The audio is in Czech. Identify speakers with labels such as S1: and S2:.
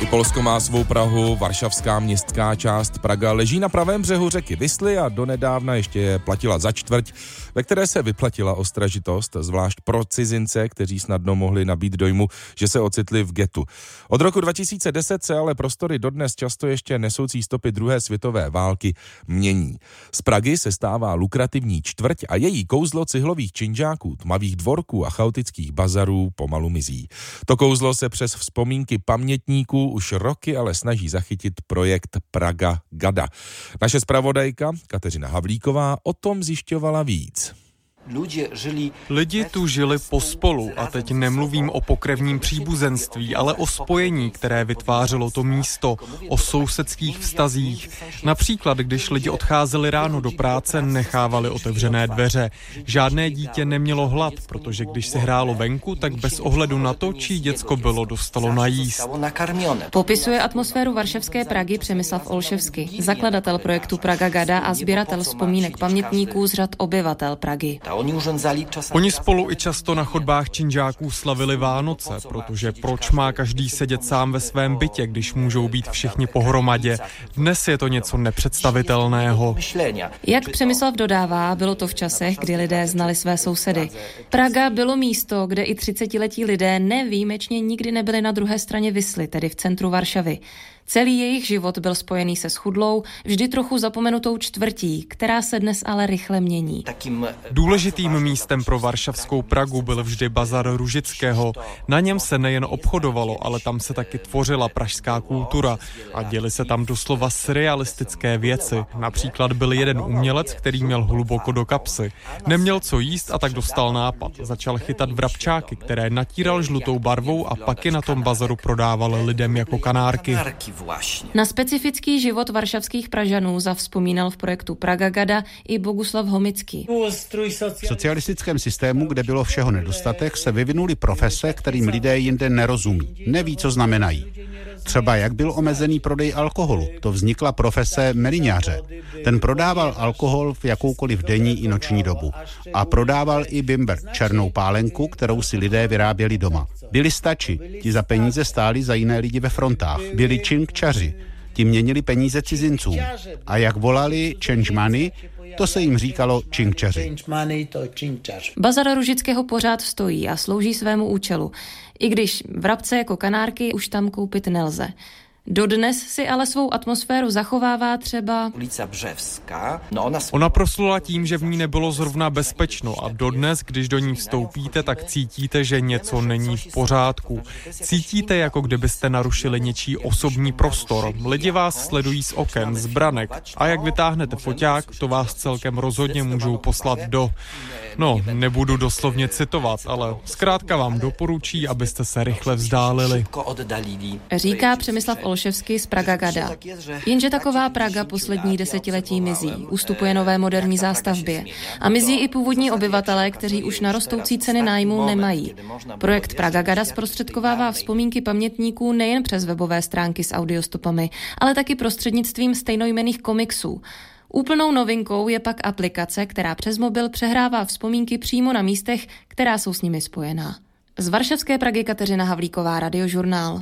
S1: I Polsko má svou Prahu, varšavská městská část Praga leží na pravém břehu řeky Visly a donedávna ještě platila za čtvrť, ve které se vyplatila ostražitost, zvlášť pro cizince, kteří snadno mohli nabít dojmu, že se ocitli v getu. Od roku 2010 se ale prostory dodnes často ještě nesoucí stopy druhé světové války mění. Z Pragy se stává lukrativní čtvrť a její kouzlo cihlových činžáků, tmavých dvorků a chaotických bazarů pomalu mizí. To kouzlo se přes vzpomínky pamětníků už roky ale snaží zachytit projekt Praga Gada. Naše zpravodajka Kateřina Havlíková o tom zjišťovala víc.
S2: Lidi tu žili pospolu a teď nemluvím o pokrevním příbuzenství, ale o spojení, které vytvářelo to místo, o sousedských vztazích. Například, když lidi odcházeli ráno do práce, nechávali otevřené dveře. Žádné dítě nemělo hlad, protože když se hrálo venku, tak bez ohledu na to, čí děcko bylo, dostalo najíst.
S3: Popisuje atmosféru varšavské Pragy Přemyslav Olševsky, zakladatel projektu Praga Gada a sběratel vzpomínek pamětníků z řad obyvatel Pragy.
S2: Oni spolu i často na chodbách činžáků slavili Vánoce, protože proč má každý sedět sám ve svém bytě, když můžou být všichni pohromadě? Dnes je to něco nepředstavitelného.
S3: Jak Přemyslav dodává, bylo to v časech, kdy lidé znali své sousedy. Praga bylo místo, kde i 30letí lidé nevýjimečně nikdy nebyli na druhé straně Visly, tedy v centru Varšavy. Celý jejich život byl spojený se schudlou, vždy trochu zapomenutou čtvrtí, která se dnes ale rychle mění.
S2: Důležitým místem pro varšavskou Pragu byl vždy bazar Ružického. Na něm se nejen obchodovalo, ale tam se taky tvořila pražská kultura a děly se tam doslova surrealistické věci. Například byl jeden umělec, který měl hluboko do kapsy. Neměl co jíst a tak dostal nápad. Začal chytat vrabčáky, které natíral žlutou barvou a pak je na tom bazaru prodával lidem jako kanárky.
S3: Na specifický život varšavských Pražanů zavzpomínal v projektu Praga Gada i Boguslav Homický.
S4: V socialistickém systému, kde bylo všeho nedostatek, se vyvinuly profese, kterým lidé jinde nerozumí. Neví, co znamenají. Třeba jak byl omezený prodej alkoholu. To vznikla profese meliňáře. Ten prodával alkohol v jakoukoliv denní i noční dobu. A prodával i bimber, černou pálenku, kterou si lidé vyráběli doma. Byli stači, ti za peníze stáli za jiné lidi ve frontách. Byli činkčaři, ti měnili peníze cizincům. A jak volali change money, to se jim říkalo činkčaři.
S3: Bazar Ružického pořád stojí a slouží svému účelu. I když vrabce jako kanárky už tam koupit nelze. Dodnes si ale svou atmosféru zachovává třeba
S5: ulica Břevská.
S2: Ona proslula tím, že v ní nebylo zrovna bezpečno a dodnes, když do ní vstoupíte, tak cítíte, že něco není v pořádku. Cítíte, jako kdybyste narušili něčí osobní prostor. Lidi vás sledují z oken, z branek a jak vytáhnete foťák, to vás celkem rozhodně můžou poslat do... No, nebudu doslovně citovat, ale zkrátka vám doporučí, abyste se rychle vzdálili.
S3: Říká Přemyslav Olševsky z Praga Gada. Jenže taková Praga poslední desetiletí mizí, ustupuje nové moderní zástavbě. A mizí i původní obyvatelé, kteří už na rostoucí ceny nájmu nemají. Projekt Praga Gada zprostředkovává vzpomínky pamětníků nejen přes webové stránky s audiostopami, ale taky prostřednictvím stejnojmenných komiksů. Úplnou novinkou je pak aplikace, která přes mobil přehrává vzpomínky přímo na místech, která jsou s nimi spojená. Z varšavské Pragy Kateřina Havlíková, Radiožurnál.